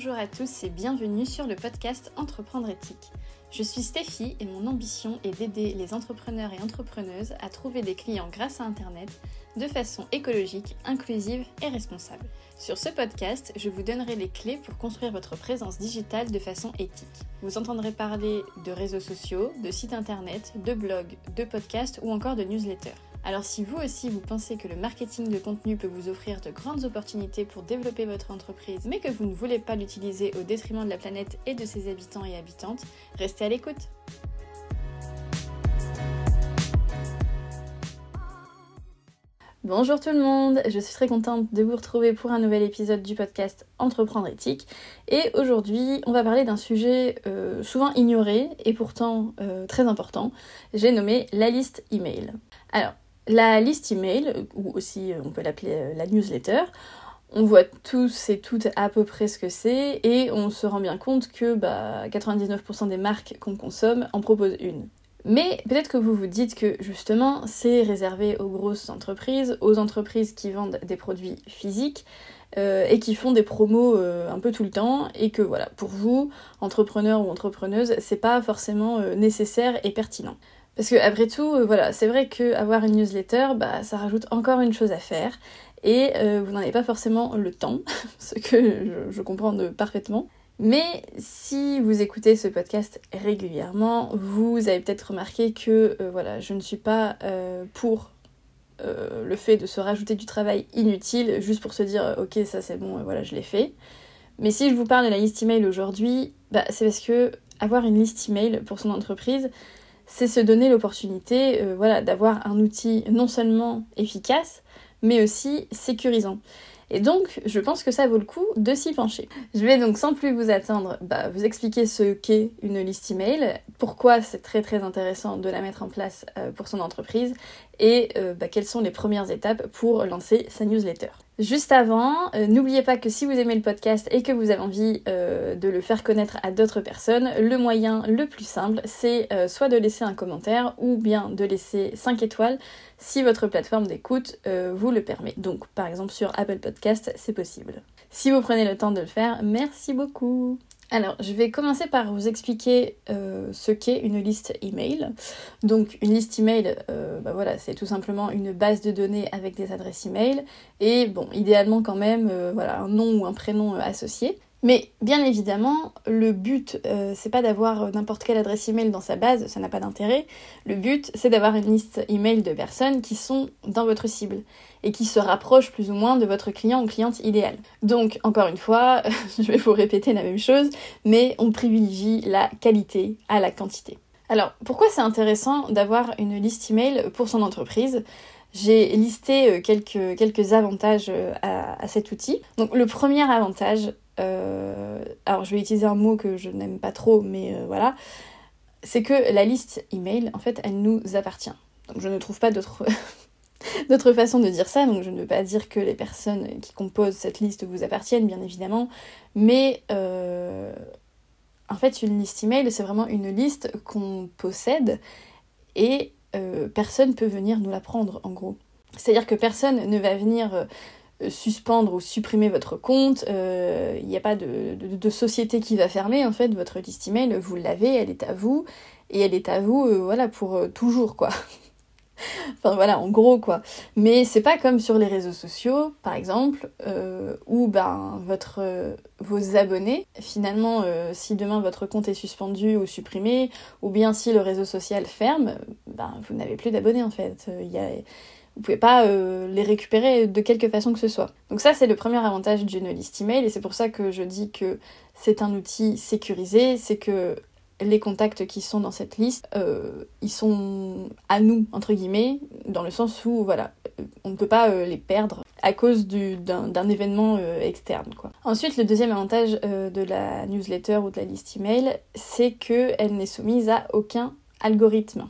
Bonjour à tous et bienvenue sur le podcast Entreprendre éthique. Je suis Stéphie et mon ambition est d'aider les entrepreneurs et entrepreneuses à trouver des clients grâce à Internet de façon écologique, inclusive et responsable. Sur ce podcast, je vous donnerai les clés pour construire votre présence digitale de façon éthique. Vous entendrez parler de réseaux sociaux, de sites internet, de blogs, de podcasts ou encore de newsletters. Alors si vous aussi vous pensez que le marketing de contenu peut vous offrir de grandes opportunités pour développer votre entreprise, mais que vous ne voulez pas l'utiliser au détriment de la planète et de ses habitants et habitantes, restez à l'écoute. Bonjour tout le monde, je suis très contente de vous retrouver pour un nouvel épisode du podcast Entreprendre éthique. Et aujourd'hui, on va parler d'un sujet souvent ignoré et pourtant très important. J'ai nommé la liste email. Alors, la liste email, ou aussi on peut l'appeler la newsletter, on voit tous et toutes à peu près ce que c'est et on se rend bien compte que 99% des marques qu'on consomme en proposent une. Mais peut-être que vous vous dites que justement c'est réservé aux grosses entreprises, aux entreprises qui vendent des produits physiques et qui font des promos un peu tout le temps et que voilà, pour vous, entrepreneur ou entrepreneuse, c'est pas forcément nécessaire et pertinent. Parce que après tout, voilà, c'est vrai qu'avoir une newsletter, ça rajoute encore une chose à faire et vous n'en avez pas forcément le temps, ce que je comprends parfaitement. Mais si vous écoutez ce podcast régulièrement, vous avez peut-être remarqué que je ne suis pas pour le fait de se rajouter du travail inutile juste pour se dire ok ça c'est bon, je l'ai fait. Mais si je vous parle de la liste email aujourd'hui, c'est parce que avoir une liste email pour son entreprise, c'est se donner l'opportunité d'avoir un outil non seulement efficace, mais aussi sécurisant. Et donc, je pense que ça vaut le coup de s'y pencher. Je vais donc sans plus vous attendre, vous expliquer ce qu'est une liste email, pourquoi c'est très très intéressant de la mettre en place pour son entreprise, et quelles sont les premières étapes pour lancer sa newsletter. Juste avant, n'oubliez pas que si vous aimez le podcast et que vous avez envie de le faire connaître à d'autres personnes, le moyen le plus simple, c'est soit de laisser un commentaire ou bien de laisser 5 étoiles si votre plateforme d'écoute vous le permet. Donc par exemple sur Apple Podcast, c'est possible. Si vous prenez le temps de le faire, merci beaucoup. Alors, je vais commencer par vous expliquer ce qu'est une liste email. Donc, une liste email, c'est tout simplement une base de données avec des adresses email et idéalement quand même, un nom ou un prénom associé. Mais bien évidemment, le but, c'est pas d'avoir n'importe quelle adresse email dans sa base, ça n'a pas d'intérêt. Le but, c'est d'avoir une liste email de personnes qui sont dans votre cible et qui se rapprochent plus ou moins de votre client ou cliente idéal. Donc, encore une fois, je vais vous répéter la même chose, mais on privilégie la qualité à la quantité. Alors, pourquoi c'est intéressant d'avoir une liste email pour son entreprise ? J'ai listé quelques avantages à cet outil. Donc, le premier avantage, alors je vais utiliser un mot que je n'aime pas trop, mais c'est que la liste email, en fait, elle nous appartient. Donc je ne trouve pas d'autre façon de dire ça, donc je ne veux pas dire que les personnes qui composent cette liste vous appartiennent, bien évidemment, mais en fait, une liste email, c'est vraiment une liste qu'on possède et personne peut venir nous la prendre, en gros. C'est-à-dire que personne ne va venir suspendre ou supprimer votre compte, il n'y a pas de société qui va fermer, en fait, votre liste email, vous l'avez, elle est à vous, et elle est à vous, pour toujours, quoi. Enfin voilà, en gros quoi. Mais c'est pas comme sur les réseaux sociaux, par exemple, où vos abonnés, finalement, si demain votre compte est suspendu ou supprimé, ou bien si le réseau social ferme, vous n'avez plus d'abonnés en fait. Vous pouvez pas les récupérer de quelque façon que ce soit. Donc ça, c'est le premier avantage d'une liste email, et c'est pour ça que je dis que c'est un outil sécurisé, c'est que les contacts qui sont dans cette liste, ils sont à nous, entre guillemets, dans le sens où, on ne peut pas les perdre à cause d'un événement externe, quoi. Ensuite, le deuxième avantage de la newsletter ou de la liste email, c'est qu'elle n'est soumise à aucun algorithme.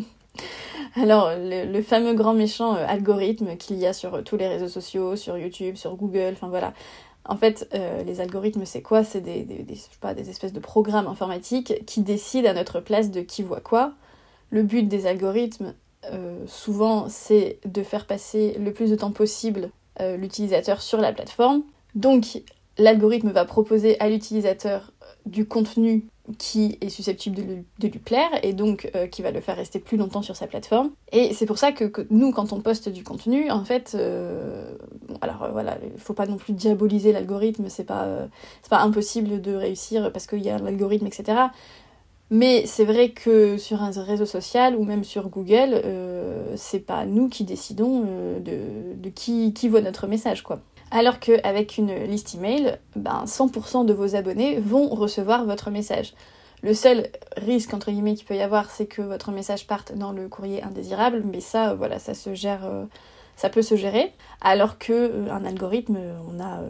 Alors, le fameux grand méchant algorithme qu'il y a sur tous les réseaux sociaux, sur YouTube, sur Google, enfin voilà. En fait, les algorithmes, c'est quoi ? C'est des espèces de programmes informatiques qui décident à notre place de qui voit quoi. Le but des algorithmes, souvent, c'est de faire passer le plus de temps possible l'utilisateur sur la plateforme. Donc, l'algorithme va proposer à l'utilisateur du contenu qui est susceptible de lui plaire et donc qui va le faire rester plus longtemps sur sa plateforme. Et c'est pour ça que nous, quand on poste du contenu, en fait, voilà, il faut pas non plus diaboliser l'algorithme, c'est pas impossible de réussir parce qu'il y a l'algorithme, etc. Mais c'est vrai que sur un réseau social ou même sur Google, c'est pas nous qui décidons de qui voit notre message, quoi. Alors qu'avec une liste email, 100% de vos abonnés vont recevoir votre message. Le seul risque, entre guillemets, qu'il peut y avoir, c'est que votre message parte dans le courrier indésirable, mais ça, voilà, ça se gère, ça peut se gérer. Alors qu'un algorithme, on a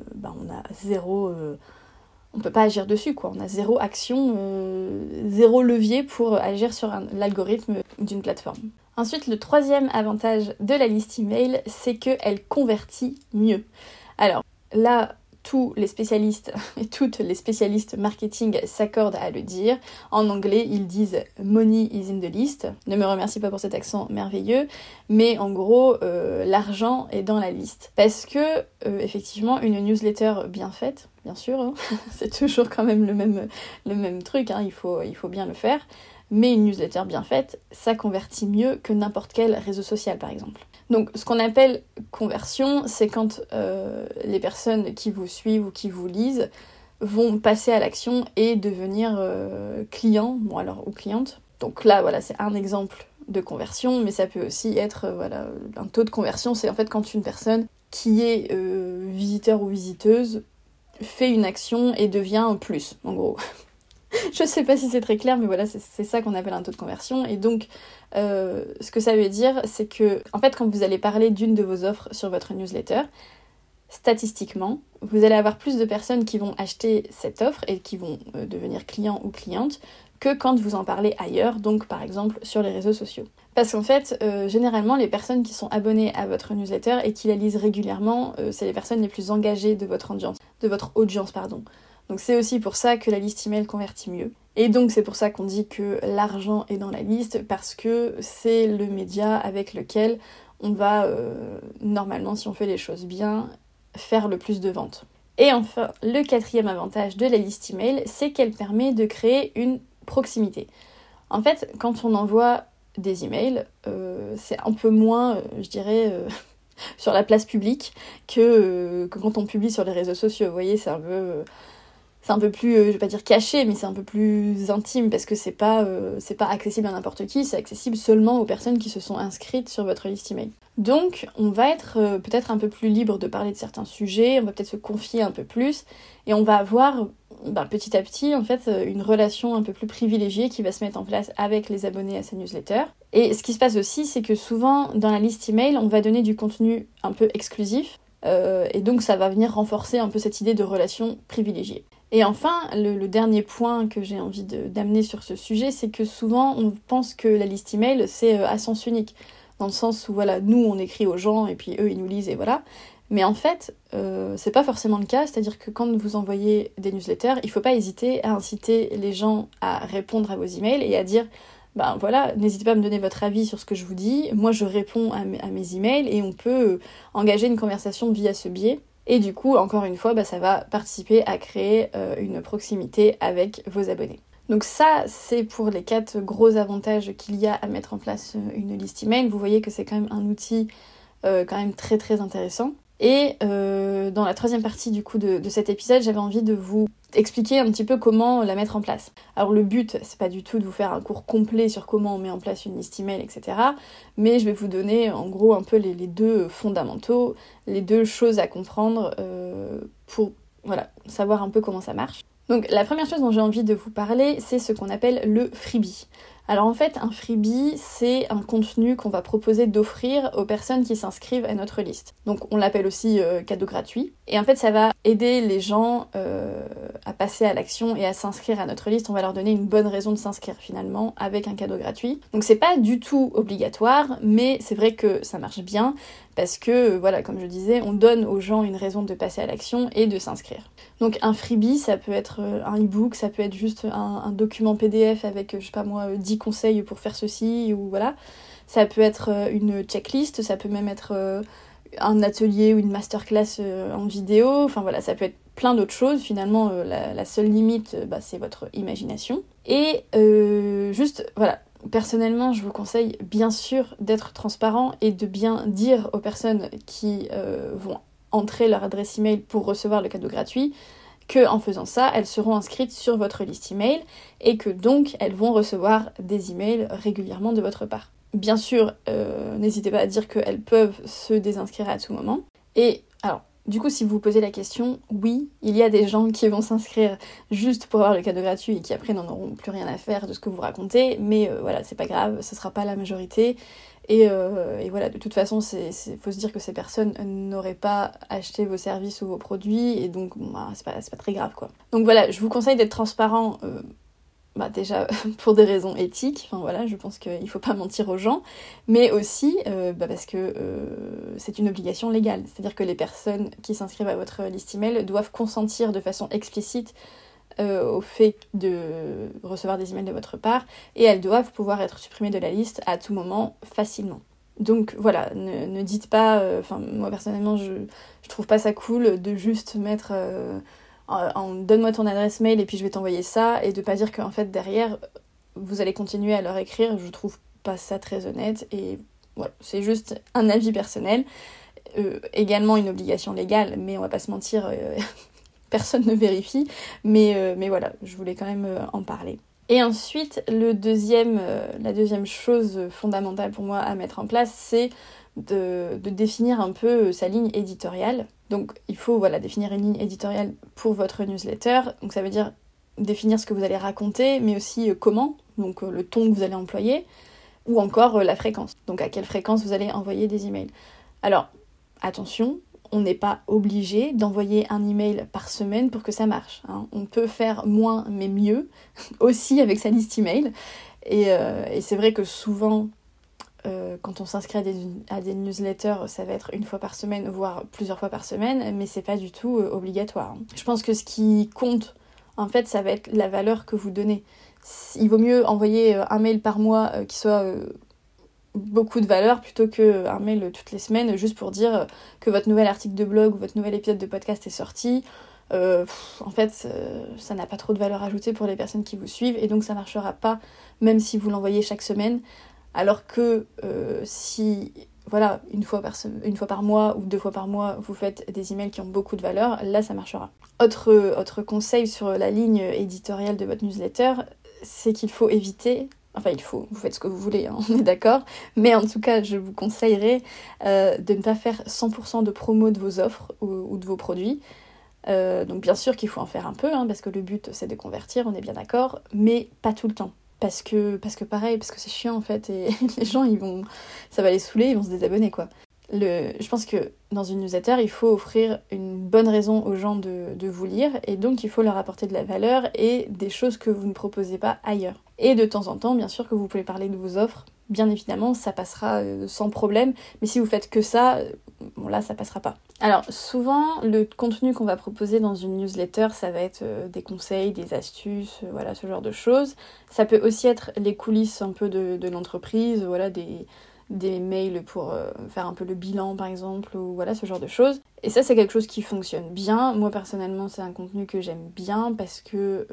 zéro... on peut pas agir dessus, quoi. On a zéro action, zéro levier pour agir sur l'algorithme d'une plateforme. Ensuite, le troisième avantage de la liste email, c'est qu'elle convertit mieux. Alors là, tous les spécialistes et toutes les spécialistes marketing s'accordent à le dire. En anglais, ils disent « money is in the list ». Ne me remercie pas pour cet accent merveilleux, mais en gros, l'argent est dans la liste. Parce que, effectivement, une newsletter bien faite, bien sûr, hein, c'est toujours quand même le même truc, hein, il faut bien le faire. Mais une newsletter bien faite, ça convertit mieux que n'importe quel réseau social, par exemple. Donc, ce qu'on appelle conversion, c'est quand les personnes qui vous suivent ou qui vous lisent vont passer à l'action et devenir clients, ou clientes. Donc là, voilà, c'est un exemple de conversion, mais ça peut aussi être un taux de conversion. C'est en fait quand une personne qui est visiteur ou visiteuse fait une action et devient plus, en gros. Je sais pas si c'est très clair, mais voilà, c'est ça qu'on appelle un taux de conversion. Et donc, ce que ça veut dire, c'est que, en fait, quand vous allez parler d'une de vos offres sur votre newsletter, statistiquement, vous allez avoir plus de personnes qui vont acheter cette offre et qui vont devenir clients ou clientes que quand vous en parlez ailleurs, donc par exemple sur les réseaux sociaux. Parce qu'en fait, généralement, les personnes qui sont abonnées à votre newsletter et qui la lisent régulièrement, c'est les personnes les plus engagées de votre audience. Donc c'est aussi pour ça que la liste email convertit mieux. Et donc c'est pour ça qu'on dit que l'argent est dans la liste, parce que c'est le média avec lequel on va, normalement, si on fait les choses bien, faire le plus de ventes. Et enfin, le quatrième avantage de la liste email, c'est qu'elle permet de créer une proximité. En fait, quand on envoie des emails, c'est un peu moins, je dirais... sur la place publique que quand on publie sur les réseaux sociaux. Vous voyez, c'est un peu plus, je vais pas dire caché, mais c'est un peu plus intime parce que c'est pas accessible à n'importe qui, c'est accessible seulement aux personnes qui se sont inscrites sur votre liste email. Donc, on va être peut-être un peu plus libre de parler de certains sujets, on va peut-être se confier un peu plus, et on va avoir petit à petit en fait une relation un peu plus privilégiée qui va se mettre en place avec les abonnés à sa newsletter. Et ce qui se passe aussi, c'est que souvent dans la liste email, on va donner du contenu un peu exclusif, et donc ça va venir renforcer un peu cette idée de relation privilégiée. Et enfin, le dernier point que j'ai envie d'amener sur ce sujet, c'est que souvent on pense que la liste email c'est à sens unique, dans le sens où voilà, nous on écrit aux gens et puis eux ils nous lisent et voilà. Mais en fait, c'est pas forcément le cas, c'est-à-dire que quand vous envoyez des newsletters, il faut pas hésiter à inciter les gens à répondre à vos emails et à dire voilà, n'hésitez pas à me donner votre avis sur ce que je vous dis, moi je réponds à mes emails et on peut engager une conversation via ce biais. Et du coup, encore une fois, ça va participer à créer une proximité avec vos abonnés. Donc ça, c'est pour les 4 gros avantages qu'il y a à mettre en place une liste email. Vous voyez que c'est quand même un outil quand même très très intéressant. Et dans la troisième partie du coup de cet épisode, j'avais envie de vous expliquer un petit peu comment la mettre en place. Alors le but, c'est pas du tout de vous faire un cours complet sur comment on met en place une liste email, etc. Mais je vais vous donner en gros un peu les 2 fondamentaux, les 2 choses à comprendre pour savoir un peu comment ça marche. Donc la première chose dont j'ai envie de vous parler, c'est ce qu'on appelle le freebie. Alors en fait, un freebie, c'est un contenu qu'on va proposer d'offrir aux personnes qui s'inscrivent à notre liste. Donc on l'appelle aussi cadeau gratuit. Et en fait, ça va aider les gens à passer à l'action et à s'inscrire à notre liste. On va leur donner une bonne raison de s'inscrire finalement avec un cadeau gratuit. Donc c'est pas du tout obligatoire, mais c'est vrai que ça marche bien parce que, voilà, comme je disais, on donne aux gens une raison de passer à l'action et de s'inscrire. Donc un freebie, ça peut être un e-book, ça peut être juste un document PDF avec, je sais pas moi, 10 conseils pour faire ceci, ou voilà. Ça peut être une checklist, ça peut même être un atelier ou une masterclass en vidéo, enfin voilà, ça peut être plein d'autres choses. Finalement, la seule limite, c'est votre imagination. Et juste, voilà, personnellement, je vous conseille bien sûr d'être transparent et de bien dire aux personnes qui vont entrer leur adresse email pour recevoir le cadeau gratuit que en faisant ça, elles seront inscrites sur votre liste email et que donc elles vont recevoir des emails régulièrement de votre part. Bien sûr, n'hésitez pas à dire qu'elles peuvent se désinscrire à tout moment. Et alors, du coup, si vous vous posez la question, oui, il y a des gens qui vont s'inscrire juste pour avoir le cadeau gratuit et qui après n'en auront plus rien à faire de ce que vous racontez, mais voilà, c'est pas grave, ce sera pas la majorité. Et voilà, de toute façon, faut se dire que ces personnes n'auraient pas acheté vos services ou vos produits, et donc c'est pas très grave, quoi. Donc voilà, je vous conseille d'être transparent, déjà pour des raisons éthiques, enfin voilà, je pense qu'il faut pas mentir aux gens, mais aussi parce que c'est une obligation légale, c'est-à-dire que les personnes qui s'inscrivent à votre liste email doivent consentir de façon explicite au fait de recevoir des emails de votre part, et elles doivent pouvoir être supprimées de la liste à tout moment, facilement. Donc voilà, ne dites pas, moi personnellement je trouve pas ça cool de juste mettre donne-moi ton adresse mail et puis je vais t'envoyer ça, et de pas dire qu'en fait derrière vous allez continuer à leur écrire. Je trouve pas ça très honnête, et voilà, c'est juste un avis personnel, également une obligation légale, mais on va pas se mentir, personne ne vérifie, mais voilà, je voulais quand même en parler. Et ensuite, la deuxième chose fondamentale pour moi à mettre en place, c'est de définir un peu sa ligne éditoriale. Donc il faut définir une ligne éditoriale pour votre newsletter. Donc ça veut dire définir ce que vous allez raconter, mais aussi comment, donc le ton que vous allez employer, ou encore la fréquence. Donc à quelle fréquence vous allez envoyer des emails. Alors, attention, on n'est pas obligé d'envoyer un email par semaine pour que ça marche, hein. On peut faire moins mais mieux, aussi avec sa liste email. Et c'est vrai que souvent, quand on s'inscrit à des newsletters, ça va être une fois par semaine, voire plusieurs fois par semaine, mais c'est pas du tout obligatoire, hein. Je pense que ce qui compte, en fait, ça va être la valeur que vous donnez. Il vaut mieux envoyer un mail par mois qui soit beaucoup de valeur plutôt qu'un mail toutes les semaines juste pour dire que votre nouvel article de blog ou votre nouvel épisode de podcast est sorti. En fait, ça n'a pas trop de valeur ajoutée pour les personnes qui vous suivent, et donc ça marchera pas même si vous l'envoyez chaque semaine. Alors que si, voilà, une fois par mois ou 2 fois par mois, vous faites des emails qui ont beaucoup de valeur, là ça marchera. Autre conseil sur la ligne éditoriale de votre newsletter, c'est qu'il faut éviter... Enfin, vous faites ce que vous voulez, hein, on est d'accord. Mais en tout cas, je vous conseillerais de ne pas faire 100% de promo de vos offres ou de vos produits. Donc bien sûr qu'il faut en faire un peu, hein, parce que le but c'est de convertir, on est bien d'accord, mais pas tout le temps. Parce que c'est chiant en fait, et les gens, ça va les saouler, ils vont se désabonner, quoi. Je pense que dans une newsletter, il faut offrir une bonne raison aux gens de vous lire, et donc il faut leur apporter de la valeur et des choses que vous ne proposez pas ailleurs. Et de temps en temps, bien sûr que vous pouvez parler de vos offres, bien évidemment, ça passera sans problème, mais si vous faites que ça, là, ça passera pas. Alors, souvent, le contenu qu'on va proposer dans une newsletter, ça va être des conseils, des astuces, voilà, ce genre de choses. Ça peut aussi être les coulisses un peu de l'entreprise, voilà, des mails pour faire un peu le bilan par exemple, ou voilà, ce genre de choses. Et ça, c'est quelque chose qui fonctionne bien. Moi personnellement, c'est un contenu que j'aime bien parce que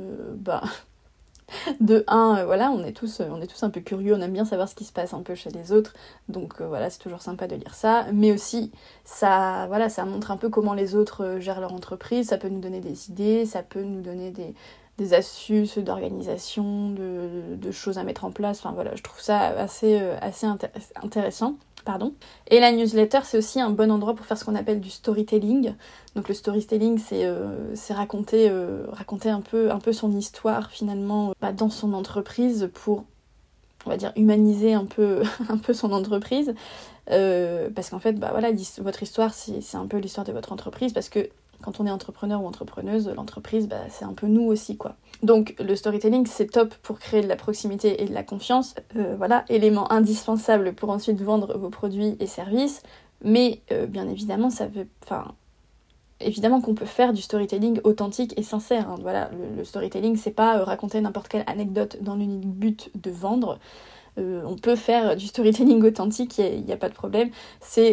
de un, voilà, on est tous un peu curieux, on aime bien savoir ce qui se passe un peu chez les autres, donc voilà, c'est toujours sympa de lire ça, mais aussi ça montre un peu comment les autres gèrent leur entreprise, ça peut nous donner des idées, ça peut nous donner des astuces d'organisation, de choses à mettre en place. Enfin voilà, je trouve ça assez intéressant. Pardon. Et la newsletter, c'est aussi un bon endroit pour faire ce qu'on appelle du storytelling. Donc le storytelling, c'est raconter un peu son histoire finalement dans son entreprise pour, on va dire, humaniser un peu son entreprise. Parce qu'en fait, votre histoire, c'est un peu l'histoire de votre entreprise, parce que quand on est entrepreneur ou entrepreneuse, l'entreprise, c'est un peu nous aussi, quoi. Donc le storytelling, c'est top pour créer de la proximité et de la confiance. Voilà, élément indispensable pour ensuite vendre vos produits et services. Mais bien évidemment, évidemment qu'on peut faire du storytelling authentique et sincère, hein. Voilà, le storytelling, c'est pas raconter n'importe quelle anecdote dans l'unique but de vendre. On peut faire du storytelling authentique, il n'y a pas de problème. C'est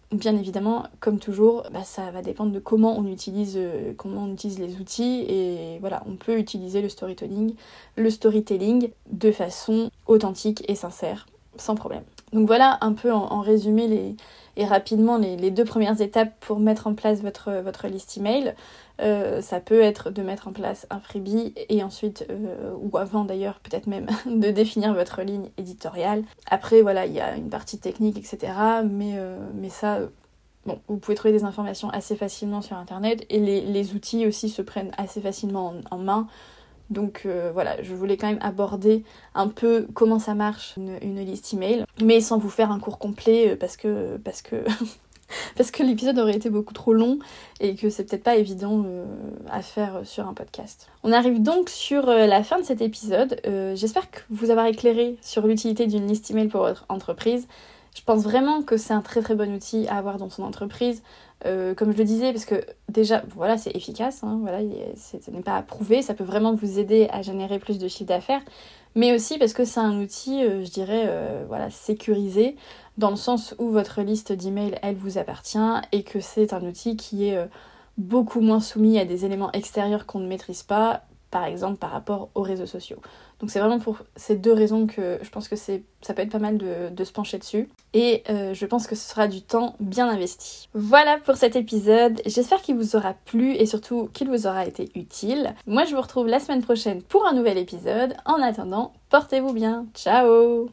Bien évidemment, comme toujours, ça va dépendre de comment on utilise les outils, et voilà, on peut utiliser le storytelling de façon authentique et sincère, sans problème. Donc voilà un peu en résumé et rapidement les 2 premières étapes pour mettre en place votre liste email. Ça peut être de mettre en place un freebie et ensuite, ou avant d'ailleurs, peut-être même de définir votre ligne éditoriale. Après voilà, il y a une partie technique, etc. Mais ça, bon, vous pouvez trouver des informations assez facilement sur internet, et les outils aussi se prennent assez facilement en main. Donc voilà, je voulais quand même aborder un peu comment ça marche une liste email, mais sans vous faire un cours complet parce que parce que l'épisode aurait été beaucoup trop long et que c'est peut-être pas évident à faire sur un podcast. On arrive donc sur la fin de cet épisode. J'espère que vous avoir éclairé sur l'utilité d'une liste email pour votre entreprise. Je pense vraiment que c'est un très très bon outil à avoir dans son entreprise. Comme je le disais, parce que déjà, voilà, c'est efficace, hein, voilà, ce n'est pas à prouver, ça peut vraiment vous aider à générer plus de chiffre d'affaires, mais aussi parce que c'est un outil, je dirais, voilà, sécurisé, dans le sens où votre liste d'emails, elle vous appartient, et que c'est un outil qui est beaucoup moins soumis à des éléments extérieurs qu'on ne maîtrise pas, par exemple par rapport aux réseaux sociaux. Donc c'est vraiment pour ces 2 raisons que je pense que ça peut être pas mal de se pencher dessus. Et je pense que ce sera du temps bien investi. Voilà pour cet épisode. J'espère qu'il vous aura plu et surtout qu'il vous aura été utile. Moi je vous retrouve la semaine prochaine pour un nouvel épisode. En attendant, portez-vous bien. Ciao!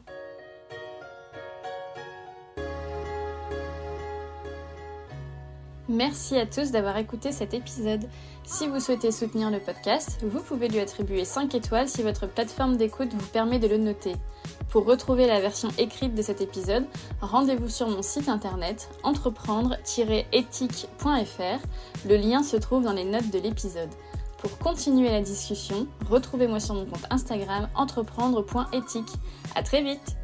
Merci à tous d'avoir écouté cet épisode. Si vous souhaitez soutenir le podcast, vous pouvez lui attribuer 5 étoiles si votre plateforme d'écoute vous permet de le noter. Pour retrouver la version écrite de cet épisode, rendez-vous sur mon site internet entreprendre-éthique.fr. Le lien se trouve dans les notes de l'épisode. Pour continuer la discussion, retrouvez-moi sur mon compte Instagram entreprendre.éthique. À très vite!